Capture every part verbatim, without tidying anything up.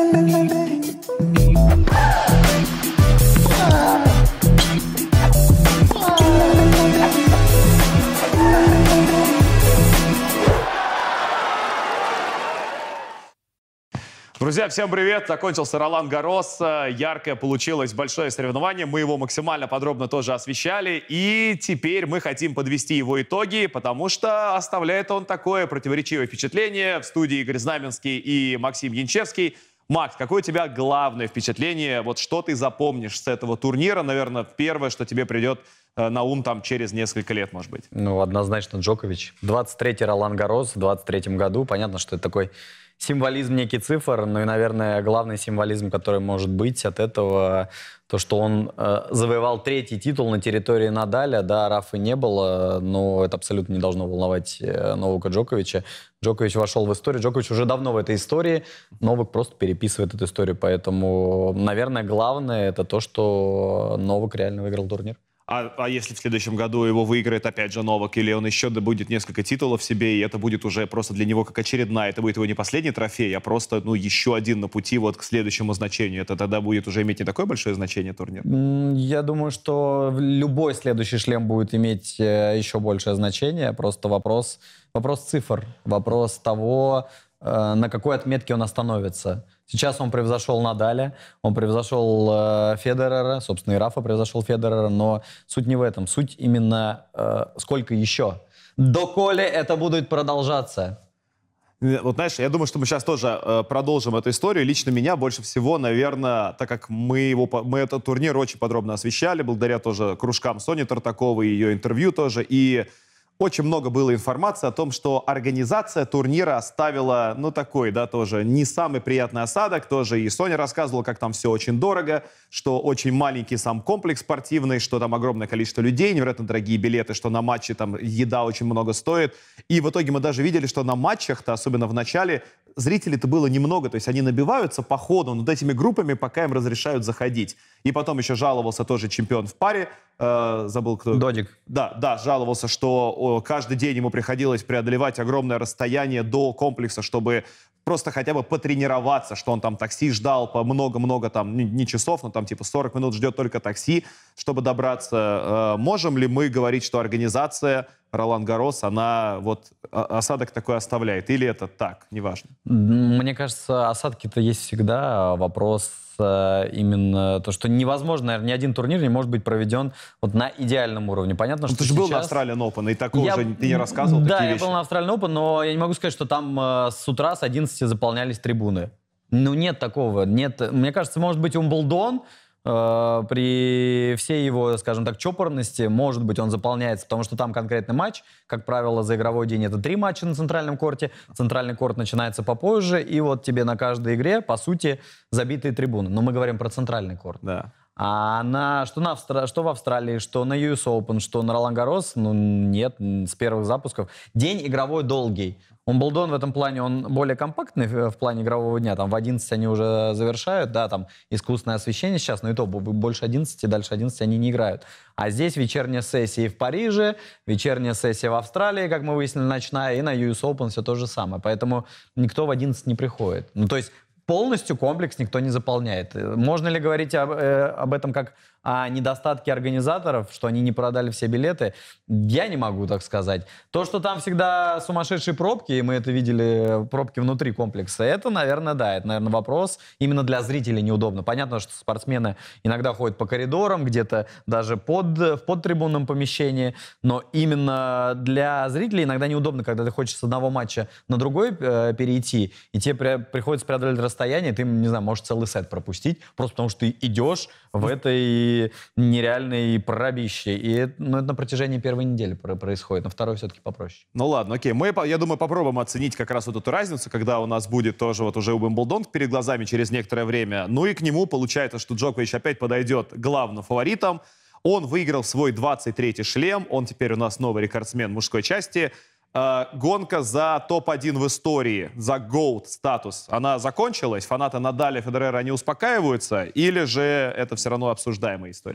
Друзья, всем привет! Закончился Ролан-Гаррос. Яркое получилось большое соревнование. Мы его максимально подробно тоже освещали. И теперь мы хотим подвести его итоги, потому что оставляет он такое противоречивое впечатление. В студии Игорь Знаменский и Максим Янчевский. Макс, какое у тебя главное впечатление? Вот что ты запомнишь с этого турнира? Наверное, первое, что тебе придет на ум там через несколько лет, может быть. Ну, однозначно Джокович. двадцать третий Ролан-Гаррос в двадцать третьем году. Понятно, что это такой символизм, некий цифр, ну и, наверное, главный символизм, который может быть от этого, то, что он э, завоевал третий титул на территории Надаля. Да, Рафы не было, но это абсолютно не должно волновать э, Новака Джоковича. Джокович вошел в историю, Джокович уже давно в этой истории, Новак просто переписывает эту историю. Поэтому, наверное, главное это то, что Новак реально выиграл турнир. А, а если в следующем году его выиграет опять же Новак, или он еще будет несколько титулов себе, и это будет уже просто для него как очередная, это будет его не последний трофей, а просто ну, еще один на пути вот к следующему значению. Это тогда будет уже иметь не такое большое значение турнир? Я думаю, что любой следующий шлем будет иметь еще большее значение. Просто вопрос, вопрос цифр, вопрос того, на какой отметке он остановится. Сейчас он превзошел Надаля, он превзошел э, Федерера, собственно, и Рафа превзошел Федерера, но суть не в этом. Суть именно э, сколько еще. Доколе это будет продолжаться. Вот знаешь, я думаю, что мы сейчас тоже э, продолжим эту историю. Лично меня больше всего, наверное, так как мы, его, мы этот турнир очень подробно освещали, благодаря тоже кружкам Сони Тартаковой, ее интервью тоже, и очень много было информации о том, что организация турнира оставила, ну, такой, да, тоже не самый приятный осадок. Тоже и Соня рассказывала, как там все очень дорого, что очень маленький сам комплекс спортивный, что там огромное количество людей, невероятно дорогие билеты, что на матче там еда очень много стоит. И в итоге мы даже видели, что на матчах-то, особенно в начале, зрителей-то было немного. То есть они набиваются по ходу над этими группами, пока им разрешают заходить. И потом еще жаловался тоже чемпион в паре, э, забыл кто. Додик. Да, да, жаловался, что о, каждый день ему приходилось преодолевать огромное расстояние до комплекса, чтобы просто хотя бы потренироваться, что он там такси ждал по много-много там, не, не часов, но там типа сорок минут ждет только такси, чтобы добраться. Э, можем ли мы говорить, что организация Ролан-Гаррос, она вот осадок такой оставляет? Или это так, неважно? Мне кажется, осадки-то есть всегда. Вопрос именно то, что невозможно, наверное, ни один турнир не может быть проведен вот на идеальном уровне. Понятно, ну, что ты же сейчас... был на Australian Open, и такого я... же ты не рассказывал, да, такие я вещи. был на Australian Open, но я не могу сказать, что там э, с утра с одиннадцати заполнялись трибуны. Ну, нет такого. Нет. Мне кажется, может быть, Умблдон э, при всей его, скажем так, чопорности, может быть, он заполняется, потому что там конкретный матч. Как правило, за игровой день это три матча на центральном корте. Центральный корт начинается попозже, и вот тебе на каждой игре, по сути, забитые трибуны. Но мы говорим про центральный корт. Да. А на, что, на Австра... что в Австралии, что на ю эс Open, что на Ролан-Гаррос, ну нет, с первых запусков. День игровой долгий. Умблдон в этом плане, он более компактный в плане игрового дня. Там в одиннадцать они уже завершают, да, там искусственное освещение сейчас, но и то больше одиннадцати, дальше одиннадцати они не играют. А здесь вечерняя сессия в Париже, вечерняя сессия в Австралии, как мы выяснили, ночная, и на ю эс Open все то же самое. Поэтому никто в одиннадцать не приходит. Ну, то есть полностью комплекс никто не заполняет. Можно ли говорить об, э, об этом как о недостатке организаторов, что они не продали все билеты? Я не могу так сказать. То, что там всегда сумасшедшие пробки, и мы это видели, пробки внутри комплекса, это, наверное, да, это, наверное, вопрос. Именно для зрителей неудобно. Понятно, что спортсмены иногда ходят по коридорам, где-то даже под, в подтрибунном помещении, но именно для зрителей иногда неудобно, когда ты хочешь с одного матча на другой э, перейти, и тебе при, приходится преодолеть расстояние, ты, не знаю, можешь целый сет пропустить, просто потому что ты идешь в этой нереальной пробище. И ну, это на протяжении первой недели происходит, на второй все-таки попроще. Ну ладно, окей. Мы, я думаю, попробуем оценить как раз вот эту разницу, когда у нас будет тоже вот уже Уимблдон перед глазами через некоторое время. Ну и к нему получается, что Джокович опять подойдет главным фаворитом. Он выиграл свой двадцать третий шлем, он теперь у нас новый рекордсмен мужской части. Э, гонка за топ один в истории, за гоут статус, она закончилась? Фанаты Надаля, Федерера, они успокаиваются? Или же это все равно обсуждаемая история?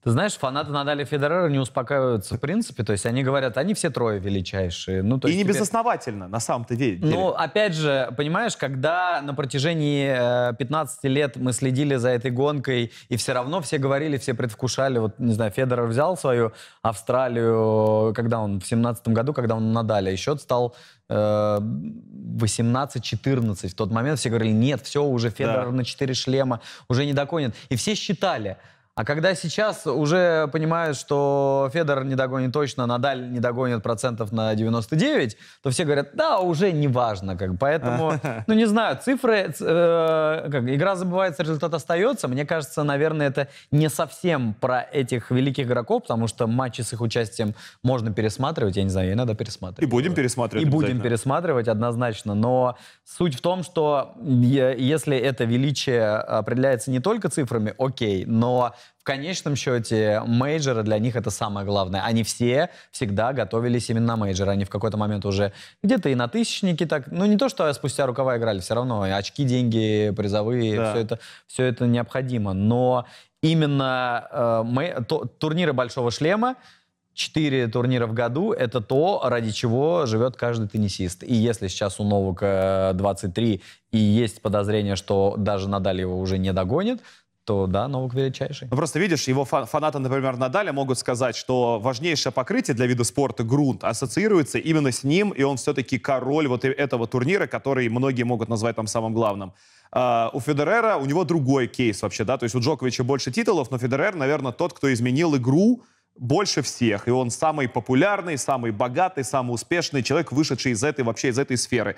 Ты знаешь, фанаты Надаля и Федерера не успокаиваются в принципе, то есть они говорят, они все трое величайшие. Ну, то И есть не теперь... безосновательно, на самом-то деле. Ну, опять же, понимаешь, когда на протяжении э, пятнадцати лет мы следили за этой гонкой, и все равно все говорили, все предвкушали, вот, не знаю, Федерер взял свою Австралию, когда он в семнадцатом году, когда он Надаля, и счет стал э, восемнадцать четырнадцать. В тот момент все говорили, нет, все, уже Федерер Да. на четыре шлема, уже не догонит. И все считали. А когда сейчас уже понимают, что Федерер не догонит точно, Надаль не догонит процентов на девяносто девять, то все говорят, да, уже не важно. Как бы. Поэтому, ну не знаю, цифры, э, как, игра забывается, результат остается. Мне кажется, наверное, это не совсем про этих великих игроков, потому что матчи с их участием можно пересматривать. Я не знаю, иногда пересматривать. И будем пересматривать. И будем пересматривать однозначно. Но суть в том, что если это величие определяется не только цифрами, окей, но в конечном счете мейджоры для них это самое главное. Они все всегда готовились именно на мейджоры. Они в какой-то момент уже где-то и на тысячники так... Ну, не то, что спустя рукава играли, все равно. И очки, деньги, призовые, Да. все, это, все это необходимо. Но именно э, мей- то- турниры Большого Шлема, четыре турнира в году — это то, ради чего живет каждый теннисист. И если сейчас у Новака двадцать три и есть подозрение, что даже Надаль его уже не догонит, то да, Новак величайший. Ну, просто видишь, его фа- фанаты, например, Надаля могут сказать, что важнейшее покрытие для вида спорта, грунт, ассоциируется именно с ним, и он все-таки король вот этого турнира, который многие могут назвать там самым главным. А, у Федерера, у него другой кейс вообще, да, то есть у Джоковича больше титулов, но Федерер, наверное, тот, кто изменил игру больше всех, и он самый популярный, самый богатый, самый успешный человек, вышедший из этой, вообще из этой сферы.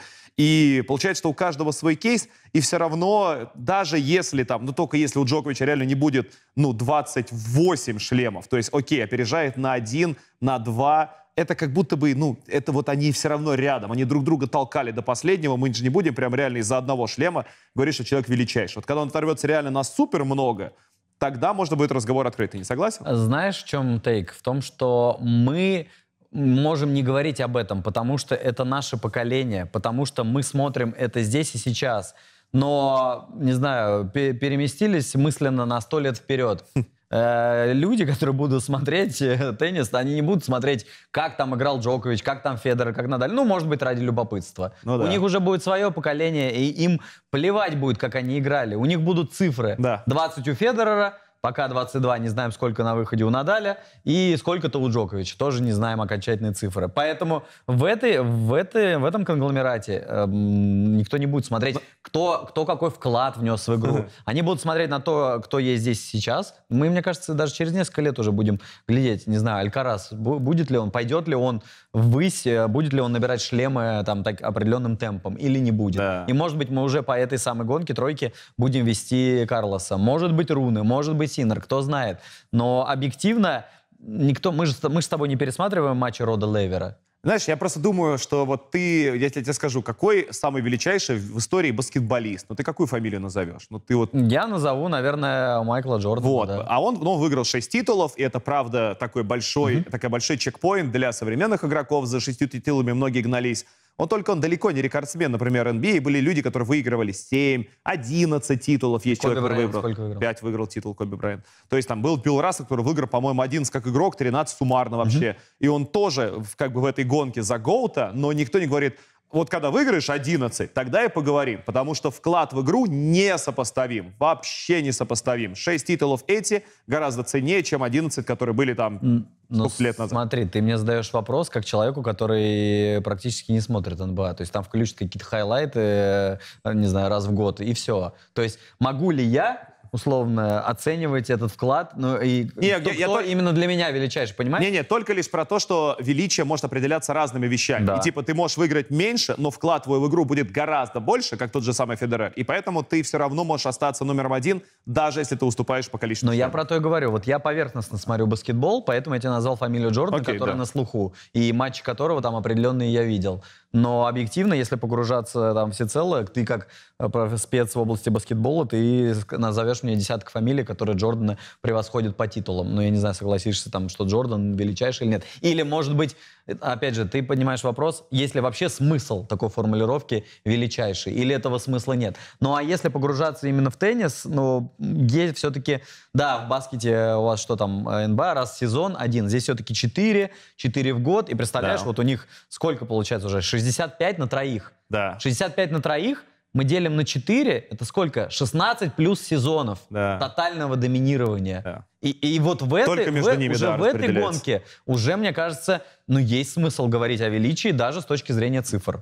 И получается, что у каждого свой кейс, и все равно, даже если там, ну только если у Джоковича реально не будет, ну, двадцать восемь шлемов, то есть, окей, опережает на один, на два, это как будто бы, ну, это вот они все равно рядом, они друг друга толкали до последнего, мы же не будем прям реально из-за одного шлема говорить, что человек величайший. Вот когда он оторвется реально на супер много, тогда можно будет разговор открытый. Не согласен? Знаешь, в чем тейк? В том, что мы можем не говорить об этом, потому что это наше поколение, потому что мы смотрим это здесь и сейчас. Но, не знаю, пе- переместились мысленно на сто лет вперед. Э, Люди, которые будут смотреть э, теннис, они не будут смотреть, как там играл Джокович, как там Федерер, как Надаль. Ну, может быть, ради любопытства. Ну да. У них уже будет свое поколение, и им плевать будет, как они играли. У них будут цифры. Да. двадцать у Федерера, пока двадцать два, не знаем, сколько на выходе у Надаля, и сколько-то у Джоковича, тоже не знаем окончательные цифры. Поэтому в, этой, в, этой, в этом конгломерате эм, никто не будет смотреть, кто, кто какой вклад внес в игру. Они будут смотреть на то, кто есть здесь сейчас. Мы, мне кажется, даже через несколько лет уже будем глядеть, не знаю, Алькарас, бу- будет ли он, пойдет ли он ввысь, э, будет ли он набирать шлемы там, так, определенным темпом или не будет. Да. И, может быть, мы уже по этой самой гонке, тройке, будем вести Карлоса. Может быть, Руны, может быть, Синнер, кто знает. Но объективно никто... Мы же, мы же с тобой не пересматриваем матчи Рода Левера. Знаешь, я просто думаю, что вот ты, я тебе скажу, какой самый величайший в истории баскетболист? Ну ты какую фамилию назовешь? Ну ты вот... Я назову, наверное, Майкла Джордана. Вот. Да. А он, ну, выиграл шесть титулов, и это, правда, такой большой, Мгм. такой большой чекпоинт для современных игроков. За шестью титулами многие гнались. Он только он далеко не рекордсмен, например, эн би эй. Были люди, которые выигрывали семь, одиннадцать титулов. Есть Коби человек, который Брайант выиграл. сколько выиграл? пять выиграл титул Коби Брайант. То есть там был Билл Рассел, который выиграл, по-моему, одиннадцать как игрок, тринадцать суммарно вообще. И он тоже в- как бы в этой гонке за гоута, но никто не говорит, вот когда выиграешь одиннадцать, тогда и поговорим. Потому что вклад в игру несопоставим. Вообще несопоставим. шесть титулов эти гораздо ценнее, чем одиннадцать, которые были там М, ну, сколько лет назад. Смотри, ты мне задаешь вопрос как человеку, который практически не смотрит эн би эй. То есть там включат какие-то хайлайты, э, не знаю, раз в год, и все. То есть могу ли я условно оценивать этот вклад, ну и Не, кто, я- я кто только- именно для меня величайший, понимаешь? Не-не, только лишь про то, что величие может определяться разными вещами. Да. И типа ты можешь выиграть меньше, но вклад твой в игру будет гораздо больше, как тот же самый Федерер. И поэтому ты все равно можешь остаться номером один, даже если ты уступаешь по количеству. Но я шлемов. про то и говорю. Вот я поверхностно смотрю баскетбол, поэтому я тебе назвал фамилию Джордана, Окей, которая да. на слуху. И матчи которого там определенные я видел. Но объективно, если погружаться там всецело, ты как э, проф- спец в области баскетбола, ты ск- назовешь мне десяток фамилий, которые Джордана превосходят по титулам. Но я не знаю, согласишься там, что Джордан величайший или нет. Или, может быть, опять же, ты понимаешь вопрос, есть ли вообще смысл такой формулировки величайший, или этого смысла нет. Ну, а если погружаться именно в теннис, ну, есть все-таки, да, в баскете у вас что там, эн бэ а раз в сезон один, здесь все-таки четыре, четыре в год, и представляешь, Да. вот у них сколько получается уже, шестьдесят пять на троих. Да. шестьдесят пять на троих, мы делим на четыре, это сколько? шестнадцать плюс сезонов Да. тотального доминирования. Да. И, и вот в Только этой, между в, ними, уже да, в этой распределяется. гонке уже, мне кажется, ну, есть смысл говорить о величии даже с точки зрения цифр.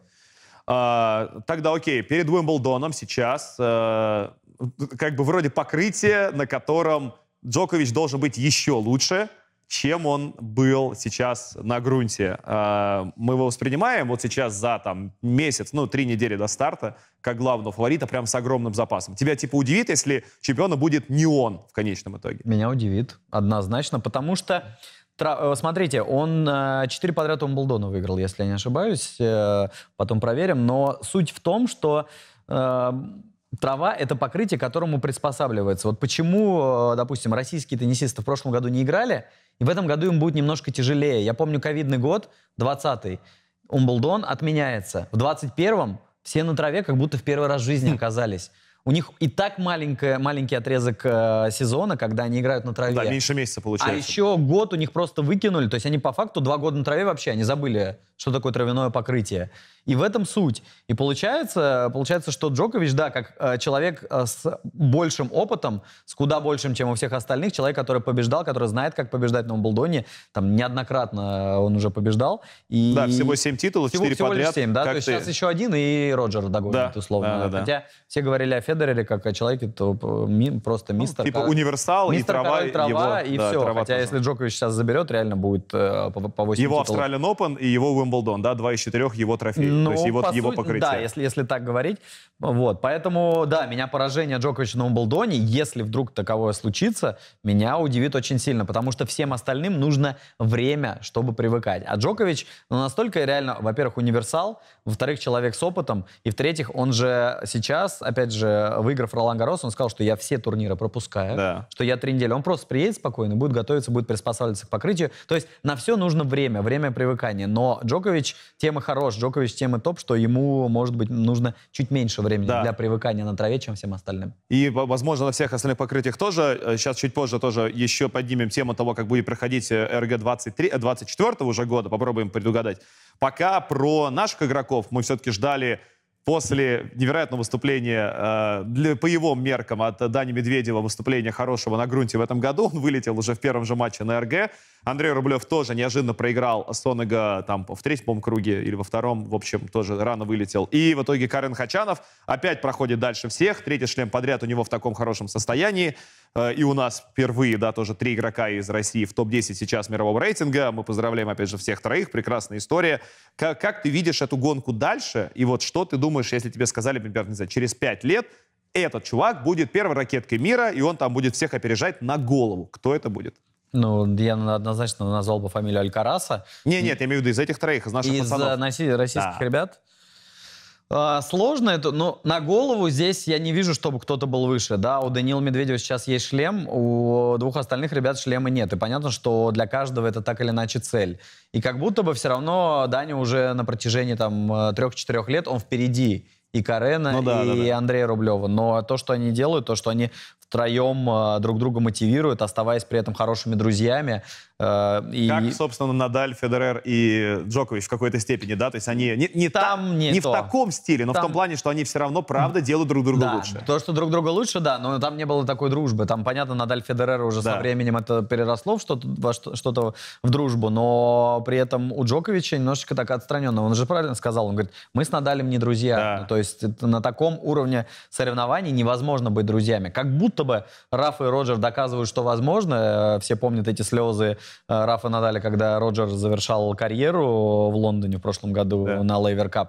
А, тогда окей, перед Уимблдоном сейчас э, как бы вроде покрытие, на котором Джокович должен быть еще лучше, чем он был сейчас на грунте. А, мы его воспринимаем вот сейчас за там, месяц, ну, три недели до старта, как главного фаворита, прям с огромным запасом. Тебя типа удивит, если чемпионом будет не он в конечном итоге? Меня удивит, однозначно, потому что, тра- э, смотрите, он э, четыре подряд Уимблдона выиграл, если я не ошибаюсь, э, потом проверим, но суть в том, что э, трава — это покрытие, к которому приспосабливается. Вот почему, э, допустим, российские теннисисты в прошлом году не играли, и в этом году им будет немножко тяжелее. Я помню ковидный год, двадцатый, Уимблдон отменяется. В двадцать первом все на траве как будто в первый раз в жизни оказались. У них и так маленькая, маленький отрезок э, сезона, когда они играют на траве. Да, меньше месяца получается. А еще год у них просто выкинули. То есть они по факту два года на траве вообще, они забыли, что такое травяное покрытие. И в этом суть. И получается, получается что Джокович, да, как э, человек э, с большим опытом, с куда большим, чем у всех остальных, человек, который побеждал, который знает, как побеждать на Уимблдоне, там неоднократно он уже побеждал. И Да, всего семь титулов, всего, четыре всего подряд. лишь семь, да, Как то есть ты- сейчас еще один, и Роджер догонит, Да, условно. да, да, да. Хотя все говорили о Федерере как о человеке, то э, ми- просто мистер. Типа Кор- универсал и мистер трава, король трава, его, и да, все. трава Хотя тоже. если Джокович сейчас заберет, реально будет э, по, по восемь Его титулов. Australian Open и его Уимблдон, да, два из четырех его трофеев. Ну, То есть его, по его сути, покрытие. да, если, если так говорить. Вот, поэтому, да, меня поражение Джоковича на Уимблдоне, если вдруг таковое случится, меня удивит очень сильно, потому что всем остальным нужно время, чтобы привыкать. А Джокович, ну, настолько реально, во-первых, универсал, во-вторых, человек с опытом, и в-третьих, он же сейчас, опять же, выиграв Ролан Гаррос, он сказал, что я все турниры пропускаю, Да. что я три недели. Он просто приедет спокойно, будет готовиться, будет приспосабливаться к покрытию. То есть на все нужно время, время привыкания. Но Джокович тем и хорош, Джокович тем и топ, что ему, может быть, нужно чуть меньше времени Да. для привыкания на траве, чем всем остальным. И, в- возможно, на всех остальных покрытиях тоже. Э, Сейчас чуть позже тоже еще поднимем тему того, как будет проходить э, эр гэ двадцать три, э, двадцать четвёртого уже года. Попробуем предугадать. Пока про наших игроков мы все-таки ждали после невероятного выступления, э, для, по его меркам, от Дани Медведева, выступления хорошего на грунте в этом году. Он вылетел уже в первом же матче на эр гэ. Андрей Рублев тоже неожиданно проиграл Сонега там в третьем, по-моему, круге или во втором. В общем, тоже рано вылетел. И в итоге Карен Хачанов опять проходит дальше всех. Третий шлем подряд у него в таком хорошем состоянии. Э, И у нас впервые, да, тоже три игрока из России в топ десять сейчас мирового рейтинга. Мы поздравляем, опять же, всех троих. Прекрасная история. Как, как ты видишь эту гонку дальше? И вот что ты думаешь, если тебе сказали, например, не знаю, через пять лет этот чувак будет первой ракеткой мира, и он там будет всех опережать на голову? Кто это будет? Ну, я однозначно назвал бы фамилию Алькараса. Не, нет, я имею в виду из этих троих, из наших Из пацанов. э, носи- российских Да. ребят. А, Сложно это, но на голову здесь я не вижу, чтобы кто-то был выше. Да, у Даниила Медведева сейчас есть шлем, у двух остальных ребят шлема нет. И понятно, что для каждого это так или иначе цель. И как будто бы все равно Даня уже на протяжении там трех-четырех лет, он впереди и Карена, Ну да, и да, да. Андрея Рублева. Но то, что они делают, то, что они втроем э, друг друга мотивируют, оставаясь при этом хорошими друзьями. э, и... Как, собственно, Надаль, Федерер и Джокович в какой-то степени, да? То есть они не, не, Там та- не не то. в таком стиле, но в Там- том плане, что они все равно, правда, делают друг друга Да, лучше. то, что друг друга лучше, да, но там не было такой дружбы. Там, понятно, Надаль Федерер уже Да. со временем это переросло в что-то, во что- что-то в дружбу, но при этом у Джоковича немножечко так отстраненно. Он же правильно сказал, он говорит, мы с Надалем не друзья. Да. Ну, то есть это на таком уровне соревнований невозможно быть друзьями. Как будто бы Рафа и Роджер доказывают, что возможно. Э, Все помнят эти слезы э, Рафа Надаля, когда Роджер завершал карьеру в Лондоне в прошлом году Да. на Лейвер Кап.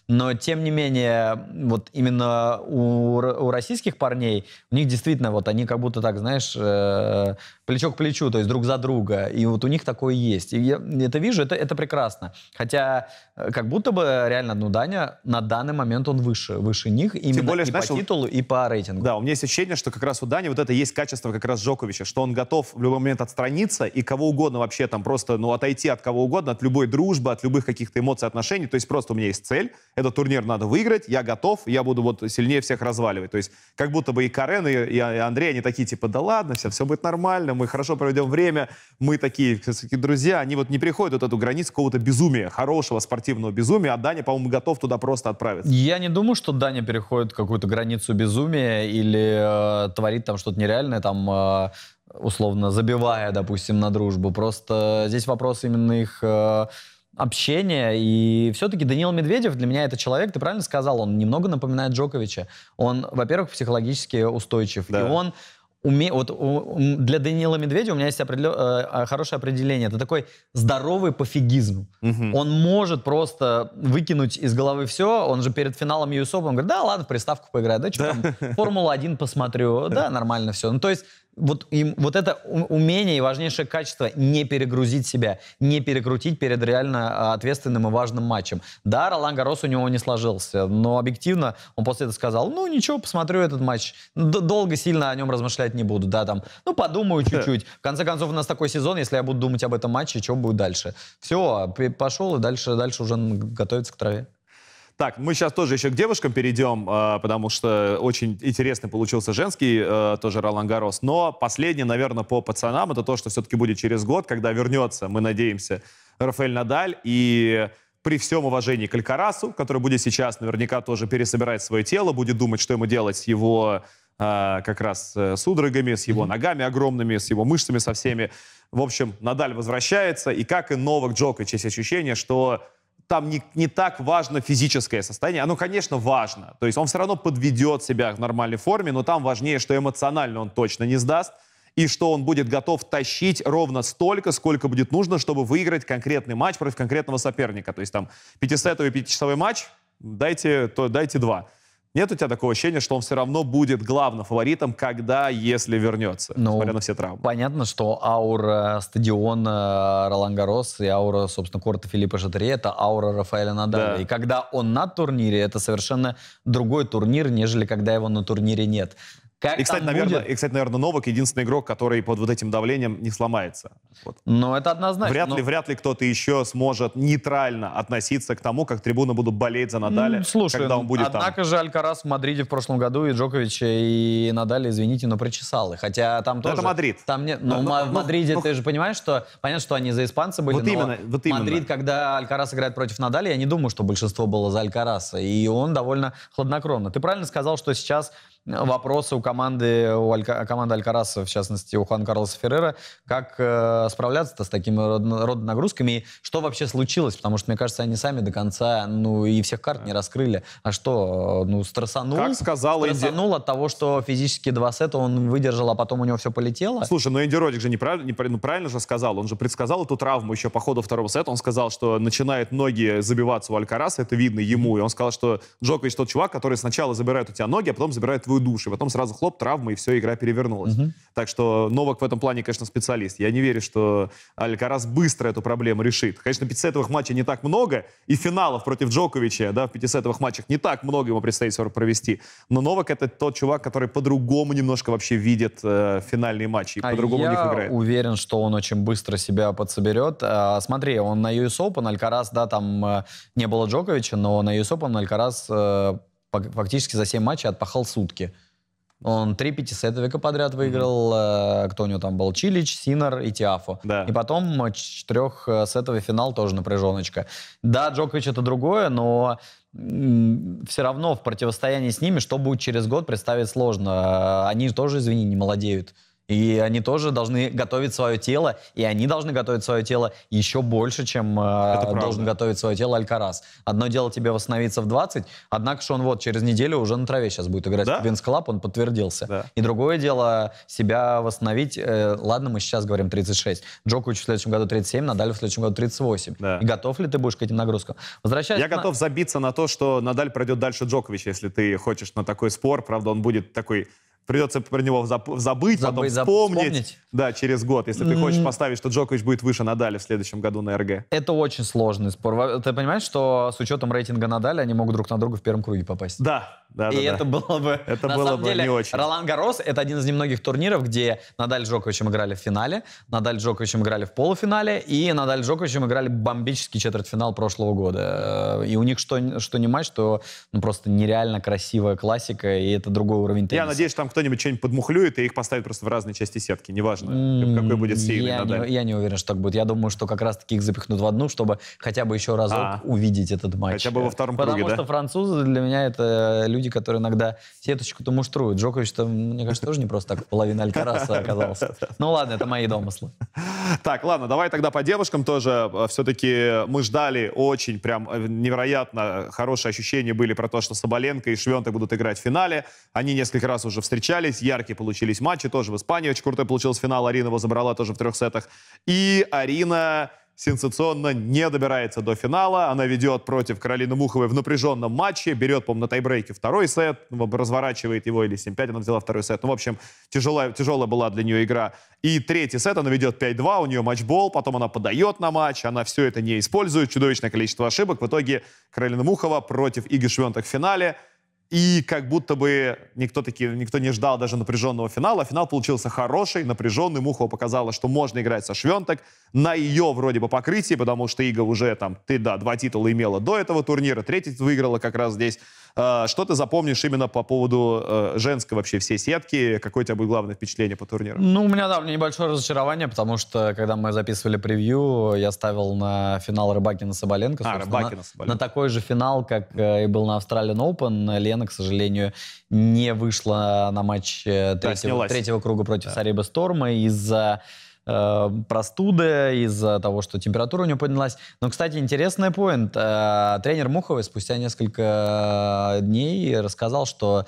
Но, тем не менее, вот именно у, у российских парней, у них действительно, вот они как будто так, знаешь, э, плечо к плечу, то есть друг за друга. И вот у них такое есть. И я это вижу, это, это прекрасно. Хотя, как будто бы реально, ну, Даня на данный момент он выше, выше них именно более, и знаешь, по он- титулу, и по рейтингу. Да, у меня есть ощущение, что как раз у Дани вот это есть качество как раз Джоковича, что он готов в любой момент отстраниться и кого угодно вообще там просто, ну, отойти от кого угодно, от любой дружбы, от любых каких-то эмоций, отношений. То есть просто у меня есть цель, этот турнир надо выиграть, я готов, я буду вот сильнее всех разваливать. То есть как будто бы и Карен, и, и Андрей, они такие типа, да ладно, все, все будет нормально, мы хорошо проведем время, мы такие, такие друзья, они вот не переходят вот эту границу какого-то безумия, хорошего спортивного безумия, а Даня, по-моему, готов туда просто отправиться. Я не думаю, что Даня переходит какую-то границу безумия или э, творит там что-то нереальное, там, э, условно, забивая, допустим, на дружбу. Просто здесь вопрос именно их э, общения. И все-таки Даниил Медведев для меня это человек, ты правильно сказал, он немного напоминает Джоковича. Он, во-первых, психологически устойчив. Да. И он уме... вот, у- у- для Даниила Медведева у меня есть определё- э, хорошее определение. Это такой здоровый пофигизм. Мгм. Он может просто выкинуть из головы все. Он же перед финалом ю эс Open, он говорит, да, ладно, в приставку поиграю, да, что там, Формулу один посмотрю, да, нормально все. Ну, то есть вот, им, вот это у- умение и важнейшее качество не перегрузить себя, не перекрутить перед реально а, ответственным и важным матчем. Да, Ролан Гаррос у него не сложился, но объективно он после этого сказал, ну, ничего, посмотрю этот матч, Д- долго сильно о нем размышлять не буду, да, там, ну, подумаю чуть-чуть. В конце концов, у нас такой сезон, если я буду думать об этом матче, что будет дальше? Все, пошел и дальше, дальше уже готовиться к траве. Так, мы сейчас тоже еще к девушкам перейдем, э, потому что очень интересный получился женский э, тоже Ролан Гаррос. Но последнее, наверное, по пацанам, это то, что все-таки будет через год, когда вернется, мы надеемся, Рафаэль Надаль. И при всем уважении к Алькарасу, который будет сейчас наверняка тоже пересобирать свое тело, будет думать, что ему делать с его э, как раз э, судорогами, с его ногами огромными, с его мышцами со всеми. В общем, Надаль возвращается, и как и Новак Джокович, есть ощущение, что там не, не так важно физическое состояние. Оно, конечно, важно. То есть он все равно подведет себя в нормальной форме, но там важнее, что эмоционально он точно не сдаст, и что он будет готов тащить ровно столько, сколько будет нужно, чтобы выиграть конкретный матч против конкретного соперника. То есть там пятисетовый, пятичасовой матч, дайте, то, дайте два. Нет у тебя такого ощущения, что он все равно будет главным фаворитом, когда, если вернется, Ну, несмотря на все травмы? Понятно, что аура стадиона Ролан Гаррос и аура, собственно, корта Филиппа Жатарье — это аура Рафаэля Надаля. Да. И когда он на турнире, это совершенно другой турнир, нежели когда его на турнире нет. Как И, кстати, там наверное, будет? и, кстати, наверное, Новак единственный игрок, который под вот этим давлением не сломается. Вот. Ну, это однозначно. Вряд но- ли, вряд ли кто-то еще сможет нейтрально относиться к тому, как трибуны будут болеть за Надаля, М, Слушай, когда он будет однако там. же Алькарас в Мадриде в прошлом году и Джоковича, и Надаля, извините, но причесал. И хотя там Но тоже... это Мадрид. Там нет, но Ну, в ну, Ма- ну, в Мадриде ну, ты же понимаешь, что... Понятно, что они за испанца были, Вот но именно, вот именно. Мадрид, когда Алькарас играет против Надаля, я не думаю, что большинство было за Алькараса. И он довольно хладнокровно. Ты правильно сказал, что сейчас вопросы у команды, у Алька- команды Алькараса, в частности, у Хуан Карлоса Феррера, как э, справляться-то с такими родно- рода нагрузками, и что вообще случилось, потому что, мне кажется, они сами до конца, ну, и всех карт не раскрыли. А что, ну, стрессанул? Как сказал Энди- стрессанул от того, что физически два сета он выдержал, а потом у него все полетело? Слушай, ну Энди Родик же неправильно, не, ну, правильно же сказал. Он же предсказал эту травму еще по ходу второго сета. Он сказал, что начинает ноги забиваться у Алькараса, это видно ему. И он сказал, что Джокович тот чувак, который сначала забирает у тебя ноги, а потом забирает твою душу. И потом сразу хлоп, травма, и все, игра перевернулась. Так что Новак в этом плане, конечно, специалист. Я не верю, что Алькарас быстро эту проблему решит. Конечно, пятисетовых матчей не так много, и финалов против Джоковича, да, в пятисетовых матчах не так много ему предстоит все провести. Но Новак — это тот чувак, который по-другому немножко вообще видит э, финальные матчи, и А по-другому в них я играет. уверен, что он очень быстро себя подсоберет. А, смотри, он на ю эс Open, Алькарас, да, там э, не было Джоковича, но на ю эс Open Алькарас э, фак- фактически за семь матчей отпахал сутки. Он три пятисетовика подряд выиграл. э, Кто у него там был? Чилич, Синер и Тиафо. Да. И потом э, четырехсетовый финал тоже напряженочка. Да, Джокович это другое, но все равно в противостоянии с ними, что будет через год, представить сложно. Они тоже, извини, не молодеют. И они тоже должны готовить свое тело, и они должны готовить свое тело еще больше, чем э, должен готовить свое тело Алькарас. Одно дело тебе восстановиться в двадцать, однако что он вот через неделю уже на траве сейчас будет играть да? в Винс Клаб, он подтвердился. Да. И другое дело себя восстановить. Э, ладно, мы сейчас говорим тридцать шесть. Джокович в следующем году тридцать семь, Надаль в следующем году тридцать восемь. Да. И готов ли ты будешь к этим нагрузкам? Возвращаясь Я на... готов забиться на то, что Надаль пройдет дальше Джоковича, если ты хочешь на такой спор. Правда, он будет такой... Придется про него забыть, забыть потом забыть, вспомнить. вспомнить. Да, через год. Если ты хочешь поставить, что Джокович будет выше Надаля в следующем году на эр гэ. Это очень сложный спор. Ты понимаешь, что с учетом рейтинга Надаля они могут друг на друга в первом круге попасть? Да, да, И да. это да. было бы... Это на было самом бы деле, не очень. Ролан Гаррос — это один из немногих турниров, где Надаль с Джоковичем играли в финале, Надаль с Джоковичем играли в полуфинале, и Надаль с Джоковичем играли бомбический четвертьфинал прошлого года. И у них что, что не матч, то ну, просто нереально красивая классика, и это другой уровень тенниса. Я надеюсь, что там кто-нибудь что-нибудь подмухлюет, и их поставят просто в разные части сетки. Неважно, mm, какой будет сильный я Надаль. Не, я не уверен, что так будет. Я думаю, что как раз-таки их запихнут в одну, чтобы хотя бы еще разок А. увидеть этот матч. Хотя бы во втором Потому круге, что да? французы для меня это люди, которые иногда сеточку-то муштруют. Джокович-то, мне кажется, тоже не просто так половина Алькараса оказался. Ну ладно, это мои домыслы. Так, ладно, давай тогда по девушкам тоже. Все-таки мы ждали очень прям невероятно хорошие ощущения были про то, что Соболенко и Швёнтек будут играть в финале. Они несколько раз уже встречались, яркие получились матчи, тоже в Испании очень крутой получился финал. Арина его забрала тоже в трех сетах. И Арина сенсационно не добирается до финала. Она ведет против Каролины Муховой в напряженном матче. Берет, по-моему, на тайбрейке второй сет. Разворачивает его, или семь пять она взяла второй сет. Ну, в общем, тяжелая, тяжелая была для нее игра. И третий сет она ведет пять два. У нее матчбол. Потом она подает на матч. Она все это не использует. Чудовищное количество ошибок. В итоге Каролина Мухова против Иги Швёнтек в финале. И как будто бы никто, таки, никто не ждал даже напряженного финала. Финал получился хороший, напряженный. Мухова показала, что можно играть со Швёнтек на ее вроде бы покрытии, потому что Ига уже там, ты, да, два титула имела до этого турнира, третий выиграла как раз здесь. Э, что ты запомнишь именно по поводу э, женской вообще всей сетки? Какое у тебя будет главное впечатление по турниру? Ну, у меня, да, у меня небольшое разочарование, потому что, когда мы записывали превью, я ставил на финал Рыбакина-Соболенко. А, Рыбакина-Соболенко. На, на такой же финал, как э, и был на Australian Open. Лена, к сожалению, не вышла на матч э, третьего, да, третьего круга против да. Сариба Сторма из-за э, простуды, из-за того, что температура у нее поднялась. Но, кстати, интересный поинт. Э, тренер Муховой спустя несколько дней рассказал, что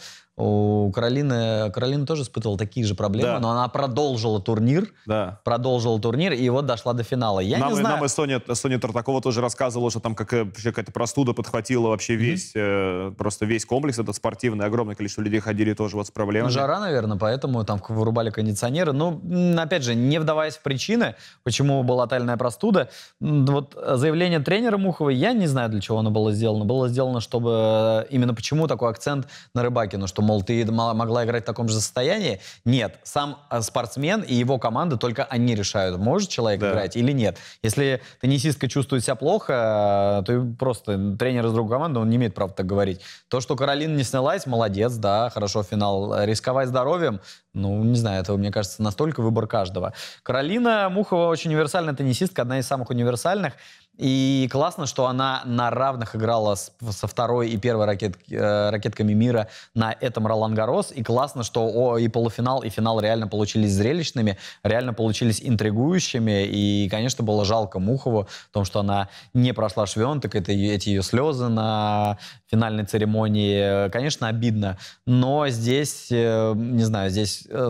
у Каролины, Каролина тоже испытывала такие же проблемы, да. но она продолжила турнир, да. продолжила турнир, и вот дошла до финала. Я нам, не знаю... Нам и Соня, Соня Тартакова тоже рассказывала, что там как, какая-то простуда подхватила вообще весь, mm-hmm. э, просто весь комплекс этот спортивный, огромное количество людей ходили тоже вот с проблемами. Жара, наверное, поэтому там вырубали кондиционеры. Ну, опять же, не вдаваясь в причины, почему была тотальная простуда, вот заявление тренера Муховой, я не знаю, для чего оно было сделано. Было сделано, чтобы... Именно почему такой акцент на Рыбакину, что, мол, ты могла играть в таком же состоянии. Нет, сам спортсмен и его команда, только они решают, может человек да. играть или нет. Если теннисистка чувствует себя плохо, то просто тренер из другой команды, он не имеет права так говорить. То, что Каролина не снялась, молодец, да, хорошо, финал. Рисковать здоровьем, ну, не знаю, это, мне кажется, настолько выбор каждого. Каролина Мухова очень универсальная теннисистка, одна из самых универсальных. И классно, что она на равных играла с, со второй и первой ракет, э, ракетками мира на этом Ролан Гаррос. И классно, что о, и полуфинал, и финал реально получились зрелищными, реально получились интригующими. И, конечно, было жалко Мухову в том, что она не прошла Швёнтек, это эти ее слезы на финальной церемонии. Конечно, обидно. Но здесь, э, не знаю, здесь... Э,